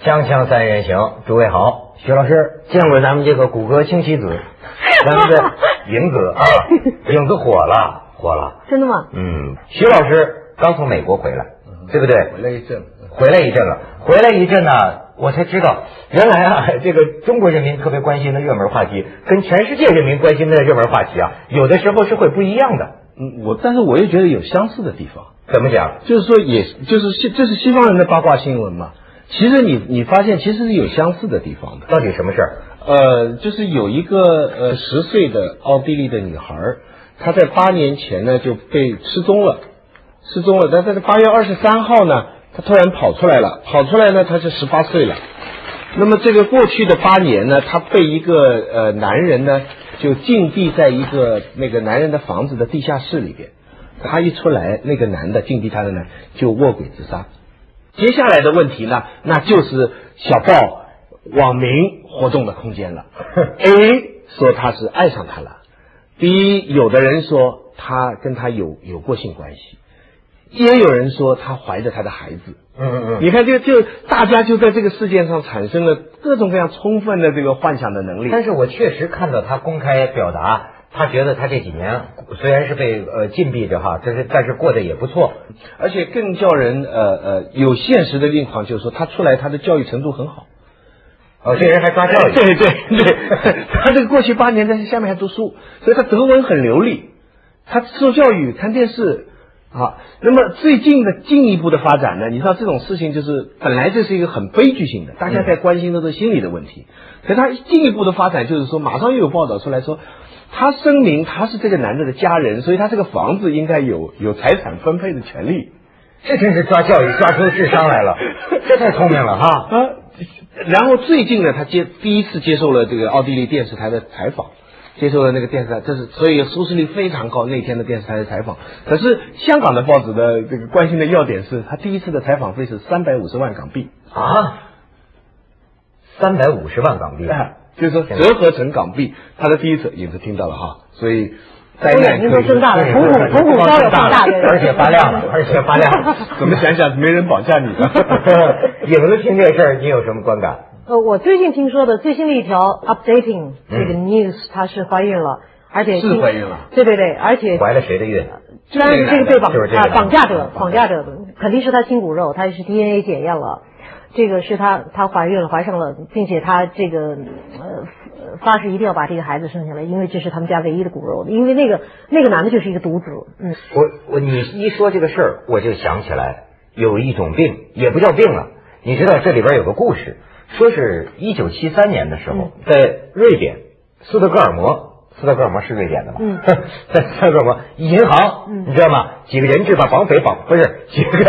锵锵三人行，诸位好，徐老师见过咱们这个骨骼清奇子，咱们的影子啊，影子火了， 真的吗？ 徐老师刚从美国回来，对不对？ 回来一阵了，回来一阵呢，我才知道原来啊，这个中国人民特别关心的热门话题，跟全世界人民关心的热门话题啊，有的时候是会不一样的。 但是我也觉得有相似的地方。 怎么讲？ 就是说，这是西方人的八卦新闻嘛。其实你发现其实是有相似的地方的。 到底什么事儿？ 就是有一个10岁的奥地利的女孩，她在8年前呢就被失踪了，但在8月23号呢，她突然跑出来呢，她是18岁了。那么这个过去的8年呢，她被一个男人呢就禁闭在一个那个男人的房子的地下室里边。她一出来，那个男的禁闭她的呢就卧轨自杀。接下来的问题呢，那就是小报网民活动的空间了。A 说他是爱上他了，B 有的人说他跟他有过性关系，也有人说他怀着他的孩子。你看就大家就在这个事件上产生了各种各样充分的这个幻想的能力。 但是我确实看到他公开表达，他觉得他这几年虽然是被禁闭着哈，但是过得也不错， 而且更叫人有现实的情况就是说，他出来他的教育程度很好。 这人还抓教育。 对，他这个过去8年在下面还读书，所以他德文很流利，他受教育看电视啊。那么最近的进一步的发展呢，你知道这种事情就是本来这是一个很悲剧性的，大家在关心的是心理的问题，可他进一步的发展就是说，马上又有报道出来说，他声明他是这个男的的家人，所以他这个房子应该有财产分配的权利。 这真是抓教育抓出智商来了，这太聪明了哈。 然后最近呢，他第一次接受了这个奥地利电视台的采访，接受了那个电视台，所以收视率非常高。那天的电视台的采访，可是香港的报纸的这个关心的要点是，他第一次的采访费是350万港币啊，350万港币， 就是说折合成港币，他的第一次影子听到了哈，所以眼睛都睁大了，瞳孔稍有放大， 而且发亮了， 怎么想想没人绑架你呢？ 影子听这事儿，你有什么观感？ 我最近听说的最新的一条 updating 这个 news，她是怀孕了，而且是怀孕了， 对，而且怀了谁的孕？ 当然是这个被绑架者肯定是她亲骨肉，她是 DNA 检验了，这个是她怀孕了，怀上了，并且她这个发誓一定要把这个孩子生下来，因为这是他们家唯一的骨肉，因为那个男的就是一个独子。 你一说这个事儿，我就想起来有一种病，也不叫病了。你知道这里边有个故事，说是1973年的时候，在瑞典斯德哥尔摩是瑞典的嘛？在斯德哥尔摩银行，你知道吗？几个人质把绑匪不是几个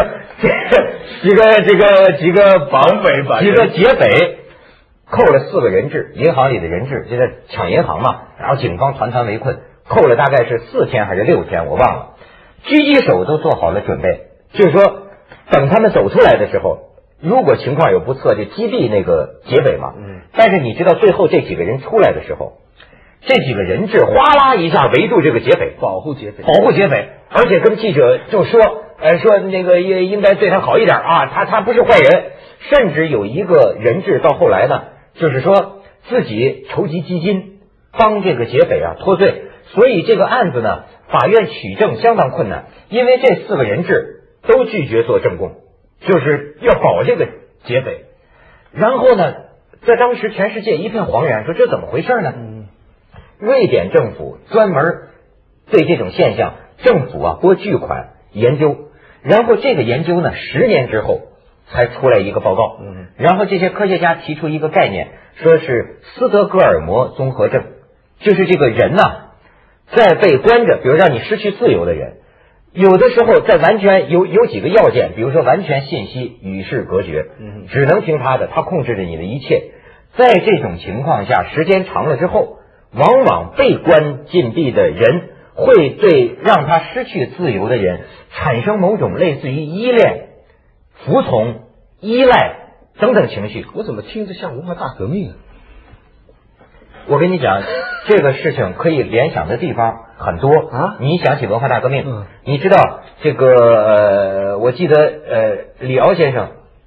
绑匪把几个劫匪扣了4个人质，银行里的人质就在抢银行嘛，然后警方团团围困，扣了大概是4天还是6天，我忘了。狙击手都做好了准备，就是说等他们走出来的时候，如果情况有不测，就击毙那个劫匪嘛。但是你知道最后这几个人出来的时候，这几个人质哗啦一下围住这个劫匪，保护劫匪，而且跟记者就说那个也应该对他好一点啊，他不是坏人。甚至有一个人质到后来呢，就是说自己筹集基金帮这个劫匪脱罪，所以这个案子呢，法院取证相当困难，因为这4个人质都拒绝做证供，就是要保这个劫匪。然后呢，在当时全世界一片哗然，说这怎么回事呢？瑞典政府专门对这种现象，政府拨巨款研究，然后这个研究呢10年之后才出来一个报告。然后这些科学家提出一个概念，说是斯德哥尔摩综合症，就是这个人在被关着，比如让你失去自由的人，有的时候在完全有几个要件，比如说完全信息与世隔绝，只能听他的，他控制着你的一切。在这种情况下，时间长了之后，往往被关禁闭的人会对让他失去自由的人产生某种类似于依恋、服从、依赖等等情绪。 我怎么听着像文化大革命啊？ 我跟你讲，这个事情可以联想的地方很多啊。你想起文化大革命，你知道这个我记得李敖先生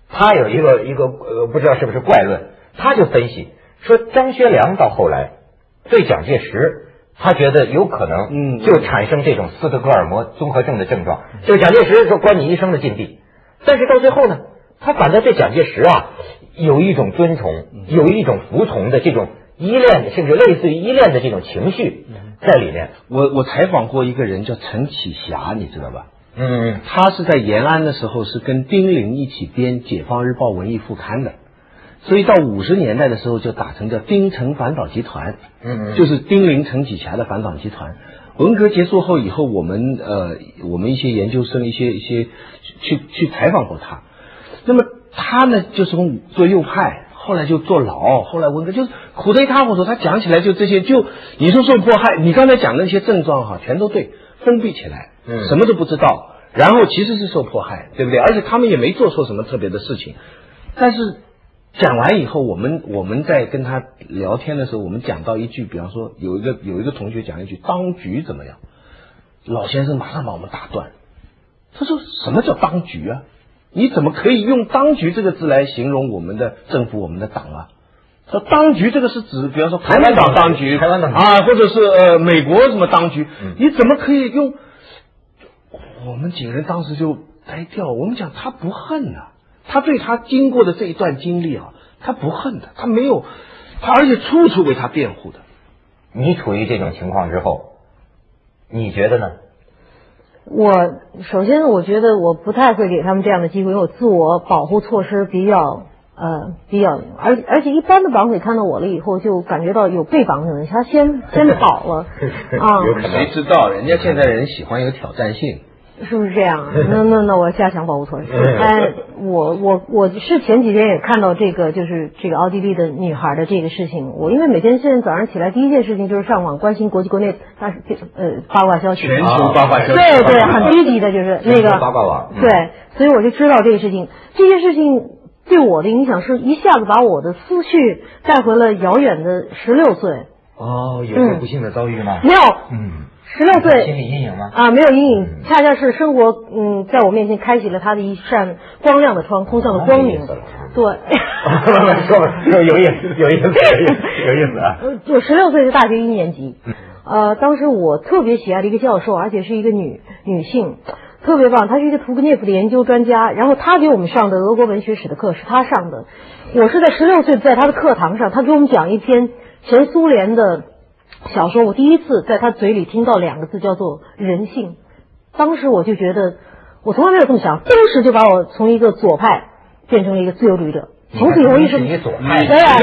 他有一个不知道是不是怪论，他就分析说张学良到后来对蒋介石，他觉得有可能就产生这种斯德哥尔摩综合症的症状，就蒋介石说关你一生的禁闭，但是到最后呢，他反倒对蒋介石啊有一种尊崇，有一种服从的这种依恋，甚至类似于依恋的这种情绪在里面。 我采访过一个人叫陈启霞，你知道吧？他是在延安的时候是跟丁玲一起编《解放日报》文艺副刊的，所以到50年代的时候就打成叫丁陈反导集团，就是丁玲、陈启霞的反导集团。文革结束后以后，我们一些研究生一些去采访过他。那么他呢，就是从做右派，后来就坐牢，后来文革就是苦得一塌糊涂。他讲起来就这些，就你说受迫害，你刚才讲的那些症状哈，全都对，封闭起来，什么都不知道，然后其实是受迫害，对不对？而且他们也没做错什么特别的事情，但是讲完以后，我们在跟他聊天的时候，我们讲到一句，比方说有一个同学讲一句当局怎么样，老先生马上把我们打断，他说什么叫当局啊？你怎么可以用当局这个字来形容我们的政府我们的党啊？说当局这个是指比方说台湾党当局， 台湾党啊，或者是美国什么当局，你怎么可以用？我们几个人当时就呆掉，我们讲他不恨啊，他对他经过的这一段经历啊，他不恨的，他没有，他而且处处为他辩护的。 你处于这种情况之后，你觉得呢？ 首先我觉得我不太会给他们这样的机会，因为我自我保护措施比较，而且一般的绑匪看到我了以后，就感觉到有被绑的人，他先跑了啊。 谁知道人家现在人喜欢有挑战性。 是不是这样？那我加强保护措施。我是前几天也看到这个，就是这个奥地利的女孩的这个事情。我因为每天现在早上起来第一件事情就是上网关心国际国内八卦消息， 全球八卦消息， 对，很积极的，就是那个八卦网。 对，所以我就知道这个事情。这些事情对我的影响是一下子把我的思绪带回了遥远的16岁。 哦，有过不幸的遭遇吗？ 没有。16岁， 心理阴影吗？ 啊，没有阴影，恰恰是生活，在我面前开启了他的一扇光亮的窗，通向了光明。对， 说有意思啊！ 就16岁是大学1年级，当时我特别喜爱的一个教授，而且是一个女性，特别棒。她是一个屠格涅夫的研究专家，然后她给我们上的俄国文学史的课是她上的。我是在16岁在她的课堂上，她给我们讲一篇前苏联的小说，我第一次在他嘴里听到2个字叫做人性。当时我就觉得我从来没有这么想，当时就把我从一个左派变成了一个自由主义者。从此以后一直你左派， 对啊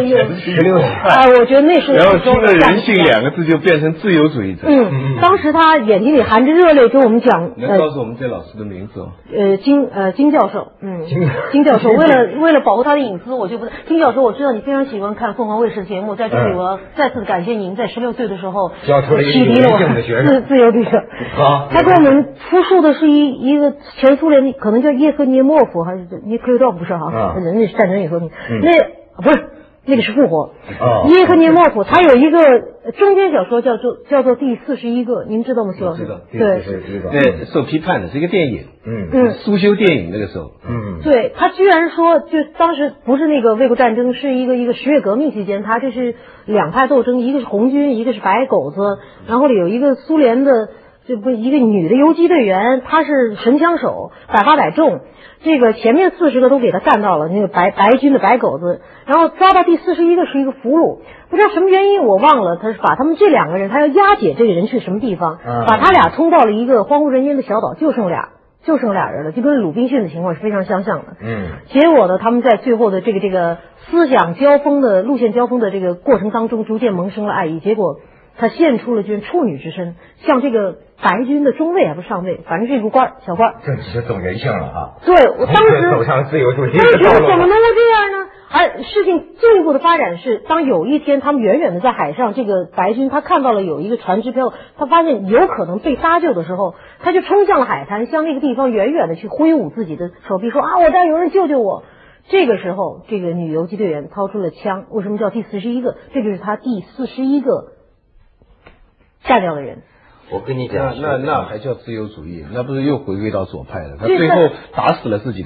，16岁，我觉得那是然后听了人性2个字就变成自由主义者。 当时他眼睛里含着热泪跟我们讲， 能告诉我们这老师的名字吗？ 金教授，金教授，为了保护他的隐私，我就不金教授，我知道你非常喜欢看凤凰卫视的节目，在这里我要再次感谢您在16岁的时候启迪了我自由主义者。他给我们复述的是一个前苏联可能叫叶赫涅莫夫还是涅克列道，不是哈，人家战争也和平，不是那个是复活。叶赫涅莫夫他有一个中篇小说叫做第41个，您知道吗？徐老师？ 知道。对，受批判的是一个电影，苏修电影那个时候， 对，他居然说，就当时不是那个卫国战争，是一个10月革命期间，他这是2派斗争，一个是红军，一个是白狗子，然后有一个苏联的一个女的游击队员，她是神枪手，百发百中。这个前面40个都给他干到了，那个白军的白狗子，然后抓到第41个是一个俘虏，不知道什么原因我忘了，他是把他们这2个人，他要押解这个人去什么地方，把他俩冲到了一个荒无人烟的小岛，就剩俩人了，就跟鲁滨逊的情况是非常相像的。结果呢，他们在最后的这个思想交锋的路线交锋的这个过程当中，逐渐萌生了爱意，结果他现出了这处女之身，像这个白军的中尉还不是上尉，反正是一个小官。 这就懂人性了啊！ 对，我当时走上自由主义的道路，怎么能够这样呢？而事情进一步的发展是，当有一天他们远远的在海上，这个白军他看到了有一个船只漂，他发现有可能被搭救的时候，他就冲向了海滩，向那个地方远远的去挥舞自己的手臂，说啊，我这儿有人救救我。这个时候，这个女游击队员掏出了枪。为什么叫第41个？这就是他第41个干掉的人。 我跟你讲， 那还叫自由主义？那不是又回归到左派了？他最后打死了自己的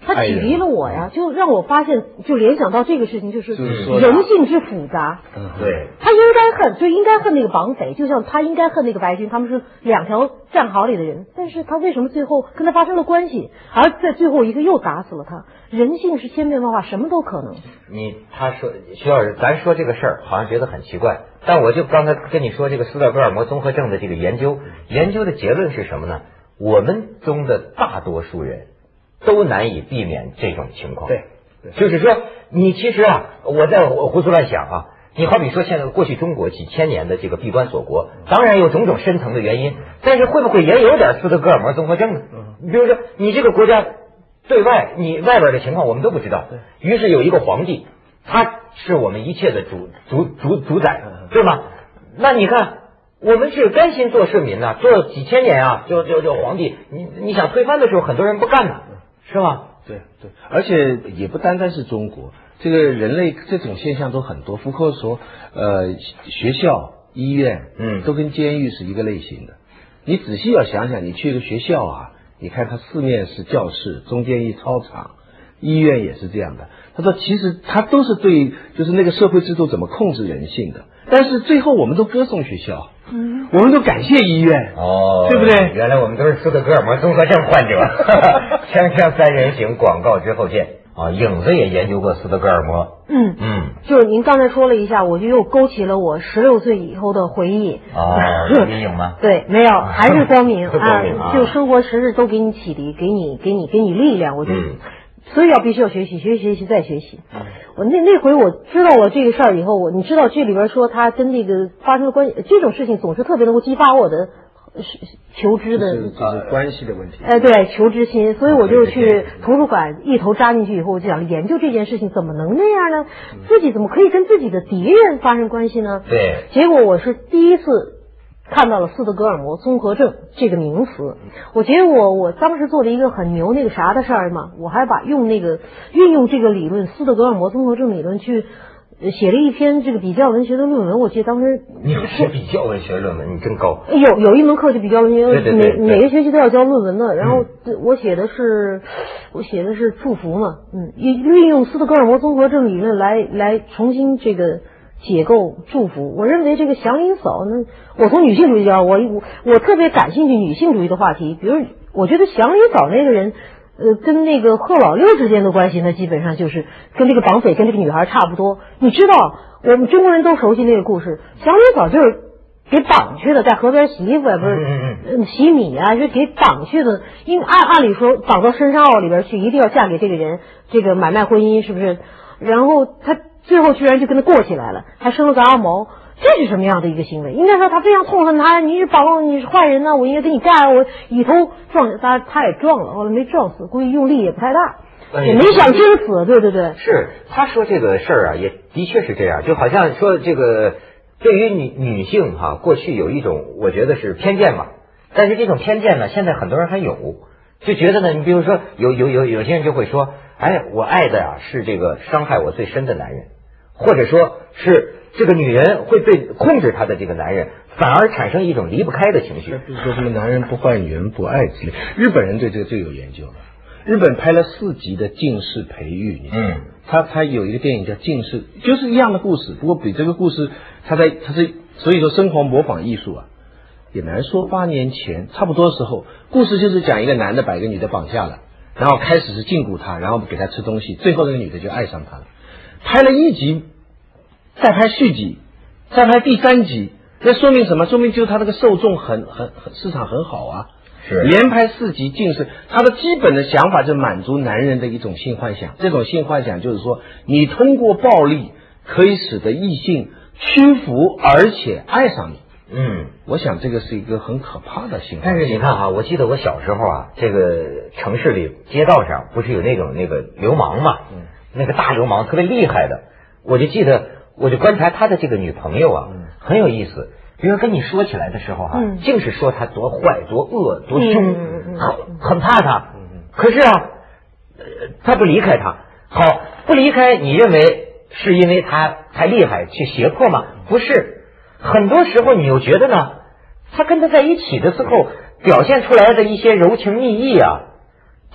他启迪了我呀，就让我发现，就联想到这个事情，就是人性之复杂。 对， 他应该恨那个绑匪，就像他应该恨那个白军，他们是2条战壕里的人，但是他为什么最后跟他发生了关系，而在最后一个又打死了他？人性是千变万化，什么都可能。 他说徐老师，咱说这个事儿好像觉得很奇怪，但我就刚才跟你说这个斯德哥尔摩综合症的这个研究的结论是什么呢？我们中的大多数人都难以避免这种情况。 对， 就是说你其实我在胡思乱想你好比说现在过去中国几千年的这个闭关锁国，当然有种种深层的原因，但是会不会也有点斯德哥尔摩综合症呢？比如说你这个国家对外，你外边的情况我们都不知道，于是有一个皇帝，他是我们一切的主宰，对吗？那你看我们是甘心做顺民呐，做几千年就皇帝，你想推翻的时候，很多人不干呐，是吧？ 对，而且也不单单是中国，这个人类这种现象都很多。福柯说，学校、医院，都跟监狱是一个类型的。你仔细要想想，你去一个学校你看它四面是教室，中间一操场，医院也是这样的。他说，其实他都是对，就是那个社会制度怎么控制人性的。但是最后我们都歌颂学校，我们都感谢医院，对不对？ 原来我们都是斯德哥尔摩综合症患者。锵锵三人行，广告之后见。影子也研究过斯德哥尔摩。 就是您刚才说了一下，我就又勾起了我16岁以后的回忆。 阴影吗？ 对，没有，还是光明就生活时时都给你启迪，给你力量，我就。所以必须要学习再学习。我那回我知道了这个事儿以后，你知道这里边说他跟那个发生了关系，这种事情总是特别能够激发我的求知的就是关系的问题。 对，求知心，所以我就去图书馆一头扎进去以后，我就想研究这件事情怎么能那样呢？自己怎么可以跟自己的敌人发生关系呢？ 对， 结果我是第一次看到了斯德哥尔摩综合症这个名词，我觉得我当时做了一个很牛那个啥的事儿嘛，我还运用这个理论斯德哥尔摩综合症理论去写了一篇这个比较文学的论文。我记得当时你写比较文学论文，你真高。 有一门课就比较文学，每个学期都要教论文的。然后我写的是祝福嘛，运用斯德哥尔摩综合症理论来重新这个解构祝福。我认为这个祥林嫂呢，我从女性主义角，我特别感兴趣女性主义的话题。比如我觉得祥林嫂那个人跟那个贺老六之间的关系呢，基本上就是跟这个绑匪跟这个女孩差不多。你知道我们中国人都熟悉那个故事，祥林嫂就是给绑去的，在河边洗衣服不是洗米是给绑去的。按理说绑到深山坳里边去，一定要嫁给这个人，这个买卖婚姻是不是？然后他最后居然就跟他过起来了，还生了个阿毛。这是什么样的一个行为？应该说他非常痛恨他，你是坏人呢，我应该跟你干，我一头撞他也撞了，后来没撞死，估计用力也不太大，也没想真死。对， 是他说这个事儿也的确是这样，就好像说这个对于女性过去有一种我觉得是偏见嘛，但是这种偏见呢，现在很多人还有，就觉得呢，你比如说有些人就会说，我爱的是这个伤害我最深的男人，或者说是这个女人会对控制她的这个男人，反而产生一种离不开的情绪。 比如说什么男人不坏女人不爱之类。日本人对这个最有研究了。日本拍了4集的近视培育，你知道他有一个电影叫近视，就是一样的故事，不过比这个故事所以说生活模仿艺术也难说。8年前差不多的时候，故事就是讲一个男的把一个女的绑架了，然后开始是禁锢她，然后给她吃东西，最后那个女的就爱上他了。拍了1集，再拍续集，再拍第3集，那说明什么？说明就是他这个受众很市场很好是连拍4集近视，他的基本的想法就是满足男人的一种性幻想。这种性幻想就是说，你通过暴力可以使得异性屈服，而且爱上你。我想这个是一个很可怕的性幻想。 但是你看我记得我小时候这个城市里街道上不是有那个流氓嘛，那个大流氓特别厉害的，我就记得我就观察他的这个女朋友很有意思。比如跟你说起来的时候净是说他多坏多恶多凶，很怕他。可是他不离开他。好，不离开，你认为是因为他太厉害去胁迫吗？不是，很多时候你又觉得呢，他跟他在一起的时候表现出来的一些柔情蜜意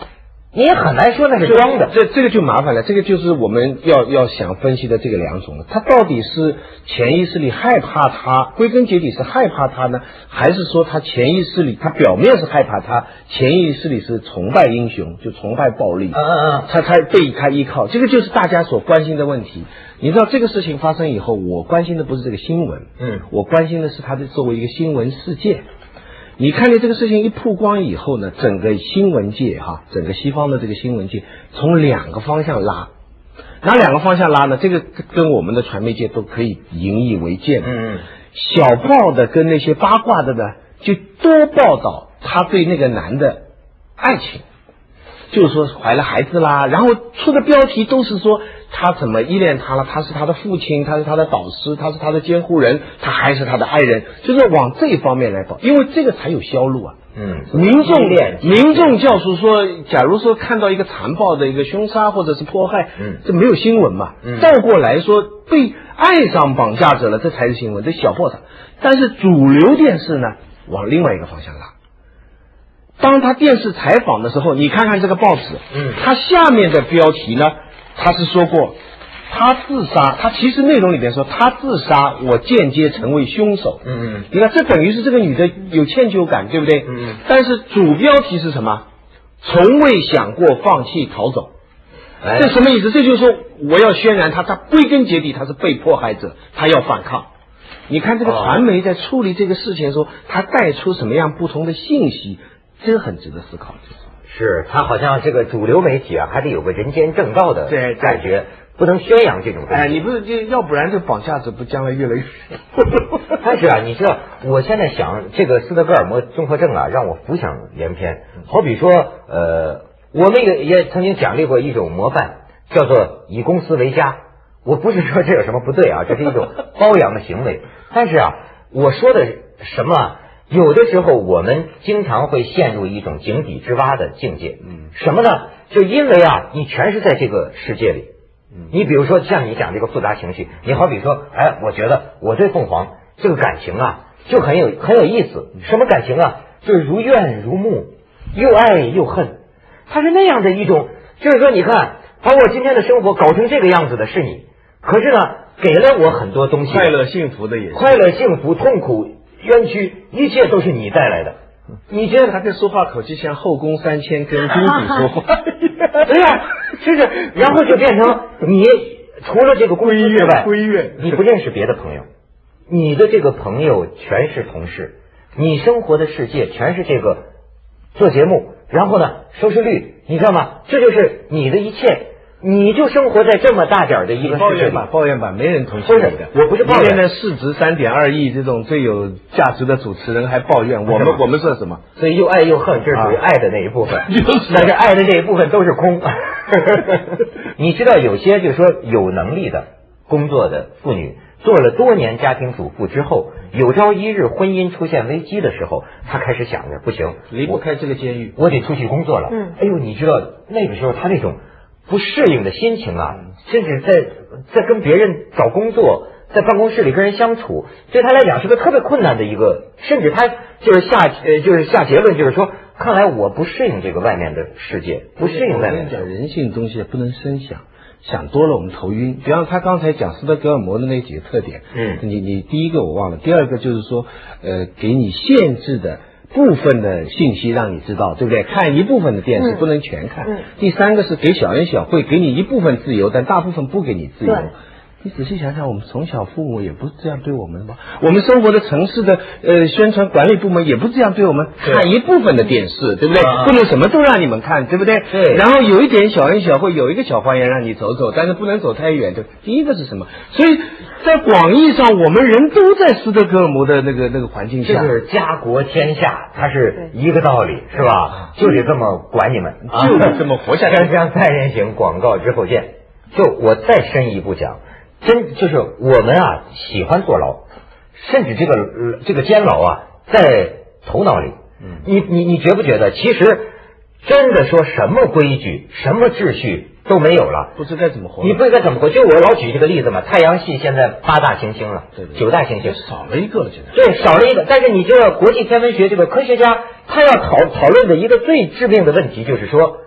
你也很难说那是装的。 这个就麻烦了，这个就是我们要想分析的这个两种了。他到底是潜意识里害怕他，归根结底是害怕他呢，还是说他潜意识里他表面是害怕他，潜意识里是崇拜英雄，就崇拜暴力，他才被他依靠。这个就是大家所关心的问题。你知道这个事情发生以后，我关心的不是这个新闻，我关心的是它的作为一个新闻事件。你看见这个事情一曝光以后呢，整个新闻界整个西方的这个新闻界从两个方向拉，哪两个方向拉呢？这个跟我们的传媒界都可以引以为鉴。小报的跟那些八卦的呢，就多报道他对那个男的爱情，就是说怀了孩子啦，然后出的标题都是说他怎么依恋他了，他是他的父亲，他是他的导师，他是他的监护人，他还是他的爱人，就是往这方面来报，因为这个才有销路啊。民众教唆说，假如说看到一个残暴的一个凶杀或者是迫害，这没有新闻嘛。倒过来说，被爱上绑架者了，这才是新闻，这小报上。但是主流电视呢，往另外一个方向拉。当他电视采访的时候，你看看这个报纸，他下面的标题呢，他是说过他自杀，他其实内容里边说他自杀，我间接成为凶手。你看这等于是这个女的有歉疚感，对不对？但是主标题是什么？从未想过放弃逃走。这什么意思？这就是说我要渲染他归根结底他是被迫害者，他要反抗。你看这个传媒在处理这个事情的时候，他带出什么样不同的信息，这个很值得思考。 是他好像这个主流媒体还得有个人间正道的感觉，不能宣扬这种东西。 你不是就要不然这绑架者不将来越来越但是你知道我现在想这个斯德哥尔摩综合症让我浮想联翩。好比说我们也曾经奖励过一种模范，叫做以公司为家。我不是说这有什么不对这是一种包养的行为。但是我说的什么有的时候我们经常会陷入一种井底之蛙的境界。什么呢？就因为你全是在这个世界里。你比如说像你讲这个复杂情绪，你好比说我觉得我对凤凰这个感情就很有意思。什么感情就是如怨如慕，又爱又恨。它是那样的一种，就是说你看把我今天的生活搞成这个样子的是你，可是呢给了我很多东西， 快乐幸福的也是， 快乐幸福痛苦冤屈，一切都是你带来的。你觉得他这说话口气像后宫3000跟公主说话对呀，是然后就变成你除了这个公司之外，你不认识别的朋友，你的这个朋友全是同事，你生活的世界全是这个做节目，然后呢收视率，你知道吗？这就是你的一切。你就生活在这么大点的一个世界里， 抱怨吧，没人同情你的。 我不是抱怨， 现在市值3.2亿这种最有价值的主持人还抱怨，我们算什么？ 所以又爱又恨，这是属于爱的那一部分。但是爱的这一部分都是空。你知道有些就是说有能力的工作的妇女，做了多年家庭主妇之后，有朝一日婚姻出现危机的时候，她开始想着不行， 离不开这个监狱， 我得出去工作了。哎呦，你知道那个时候她那种不适应的心情甚至在跟别人找工作，在办公室里跟人相处，对他来讲是个特别困难的一个，甚至他就是下结论，就是说，看来我不适应这个外面的世界，不适应外面的。 人性东西不能深想，想多了我们头晕。比方他刚才讲斯德哥尔摩的那几个特点，你第一个我忘了，第二个就是说，给你限制的部分的信息让你知道，对不对？看一部分的电视，不能全看。第三个是给小恩小惠，给你一部分自由，但大部分不给你自由。你仔细想想，我们从小父母也不是这样对我们的吗？我们生活的城市的宣传管理部门也不是这样对我们，看一部分的电视，对不对？不能什么都让你们看，对不对？ 对。 然后有一点小恩小惠，有一个小花园让你走走，但是不能走太远。对，第一个是什么？所以在广义上，我们人都在斯德哥尔摩的那个环境下， 就是家国天下，它是一个道理，是吧？就得这么管你们， 就得这么活下去。 锵锵三人行，广告之后见。就我再深一步讲。就是我们喜欢坐牢，甚至这个监牢在头脑里。你觉不觉得其实真的说什么规矩什么秩序都没有了， 不知该怎么活。 你不知该怎么活。就我老举这个例子嘛，太阳系现在8大行星了，9大行星少了一个了，现在。 对，少了一个。但是你知道国际天文学这个科学家他要讨论的一个最致命的问题就是说，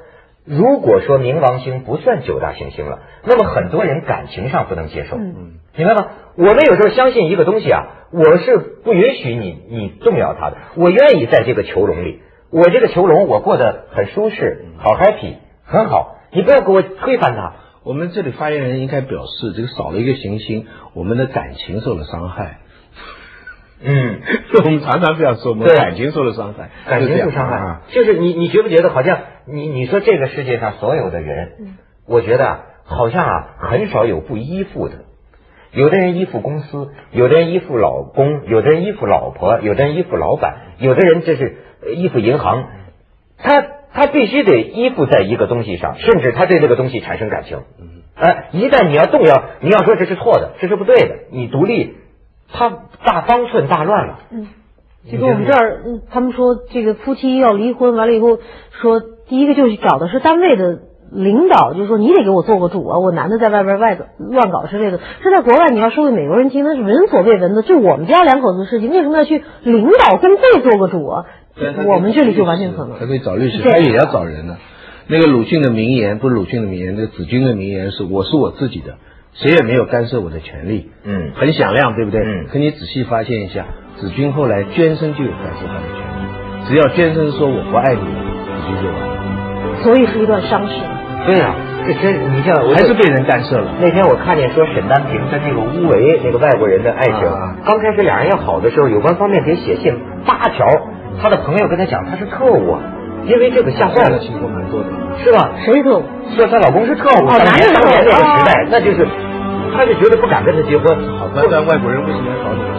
如果说冥王星不算9大行星了，那么很多人感情上不能接受，明白吗？我们有时候相信一个东西啊，我是不允许你动摇它的，我愿意在这个囚笼里，我这个囚笼我过得很舒适，好 happy， 很好，你不要给我推翻它。 我们这里发言人应该表示，这个少了一个行星，我们的感情受了伤害。我们常常这样说，我们感情受了伤害， 感情受伤害，就是你觉不觉得好像你说这个世界上所有的人，我觉得好像很少有不依附的，有的人依附公司，有的人依附老公，有的人依附老婆，有的人依附老板，有的人这是依附银行，他必须得依附在一个东西上，甚至他对这个东西产生感情。一旦你要动摇，你要说这是错的，这是不对的，你独立。他大方寸大乱了。 就跟我们这儿，他们说这个夫妻要离婚，完了以后说，第一个就是找的是单位的领导，就是说你得给我做个主啊，我男的在外边乱搞之类的。这在国外你要说给美国人听，那是闻所未闻的，就我们家两口子的事情，为什么要去领导工会做个主啊？我们这里就完全可能。 他可以找律师，他也要找人呢。那个鲁迅的名言，不是鲁迅的名言，那个子君的名言是：我是我自己的。谁也没有干涉我的权利，很响亮，对不对？可你仔细发现一下，子君后来捐身就有干涉他的权利，只要捐身说我不爱你了，子君就完了。 所以是一段伤势。 对呀，这真你像还是被人干涉了。 那天我看见说沈丹萍跟那个乌维那个外国人的爱情，刚开始俩人要好的时候，有关方面给写信8条，他的朋友跟他讲他是特务，因为这个吓坏了， 情况蛮多的， 是吧？ 谁特务？ 说她老公是特务， 男人当年那个时代，那就是他就觉得不敢跟他结婚。 好端端外国人为什么要搞你？